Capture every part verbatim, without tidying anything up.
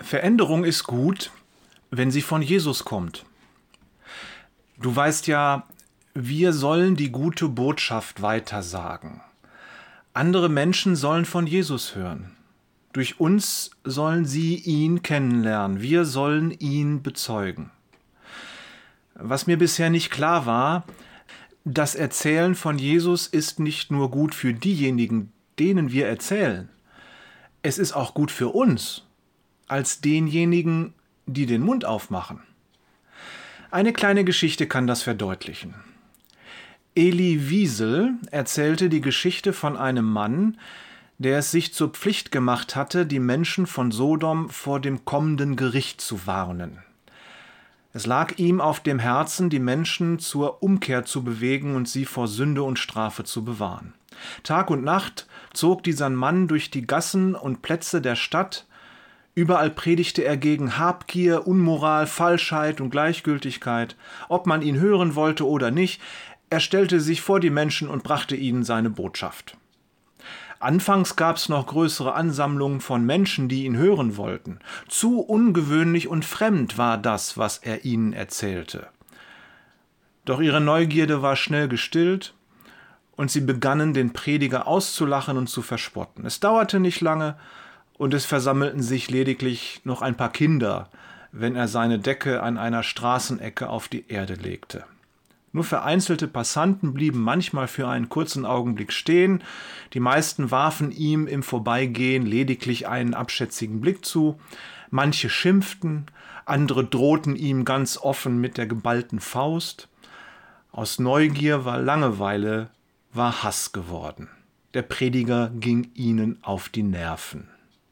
Veränderung ist gut, wenn sie von Jesus kommt. Du weißt ja, wir sollen die gute Botschaft weitersagen. Andere Menschen sollen von Jesus hören. Durch uns sollen sie ihn kennenlernen. Wir sollen ihn bezeugen. Was mir bisher nicht klar war, das Erzählen von Jesus ist nicht nur gut für diejenigen, denen wir erzählen. Es ist auch gut für uns, als denjenigen, die den Mund aufmachen. Eine kleine Geschichte kann das verdeutlichen. Elie Wiesel erzählte die Geschichte von einem Mann, der es sich zur Pflicht gemacht hatte, die Menschen von Sodom vor dem kommenden Gericht zu warnen. Es lag ihm auf dem Herzen, die Menschen zur Umkehr zu bewegen und sie vor Sünde und Strafe zu bewahren. Tag und Nacht zog dieser Mann durch die Gassen und Plätze der Stadt. Überall predigte er gegen Habgier, Unmoral, Falschheit und Gleichgültigkeit. Ob man ihn hören wollte oder nicht, er stellte sich vor die Menschen und brachte ihnen seine Botschaft. Anfangs gab es noch größere Ansammlungen von Menschen, die ihn hören wollten. Zu ungewöhnlich und fremd war das, was er ihnen erzählte. Doch ihre Neugierde war schnell gestillt und sie begannen, den Prediger auszulachen und zu verspotten. Es dauerte nicht lange und es versammelten sich lediglich noch ein paar Kinder, wenn er seine Decke an einer Straßenecke auf die Erde legte. Nur vereinzelte Passanten blieben manchmal für einen kurzen Augenblick stehen. Die meisten warfen ihm im Vorbeigehen lediglich einen abschätzigen Blick zu. Manche schimpften, andere drohten ihm ganz offen mit der geballten Faust. Aus Neugier war Langeweile, war Hass geworden. Der Prediger ging ihnen auf die Nerven.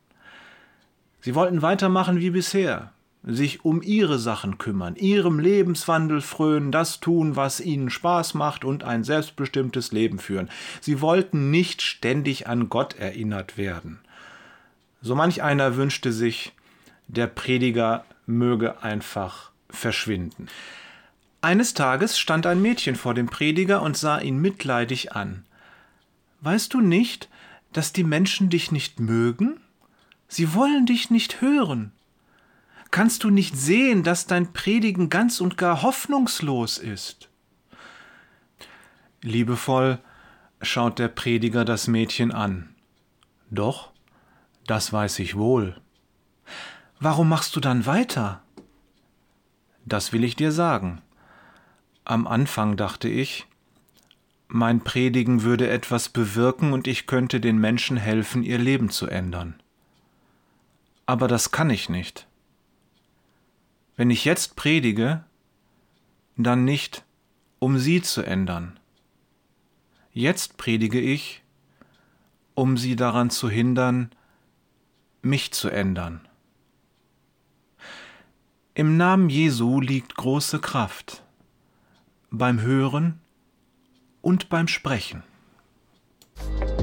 Sie wollten weitermachen wie bisher, sich um ihre Sachen kümmern, ihrem Lebenswandel frönen, das tun, was ihnen Spaß macht und ein selbstbestimmtes Leben führen. Sie wollten nicht ständig an Gott erinnert werden. So manch einer wünschte sich, der Prediger möge einfach verschwinden. Eines Tages stand ein Mädchen vor dem Prediger und sah ihn mitleidig an. »Weißt du nicht, dass die Menschen dich nicht mögen? Sie wollen dich nicht hören. Kannst du nicht sehen, dass dein Predigen ganz und gar hoffnungslos ist?« Liebevoll schaut der Prediger das Mädchen an. »Doch, das weiß ich wohl.« »Warum machst du dann weiter?« »Das will ich dir sagen. Am Anfang dachte ich, mein Predigen würde etwas bewirken und ich könnte den Menschen helfen, ihr Leben zu ändern. Aber das kann ich nicht. Wenn ich jetzt predige, dann nicht, um sie zu ändern. Jetzt predige ich, um sie daran zu hindern, mich zu ändern. Im Namen Jesu liegt große Kraft, beim Hören und beim Sprechen.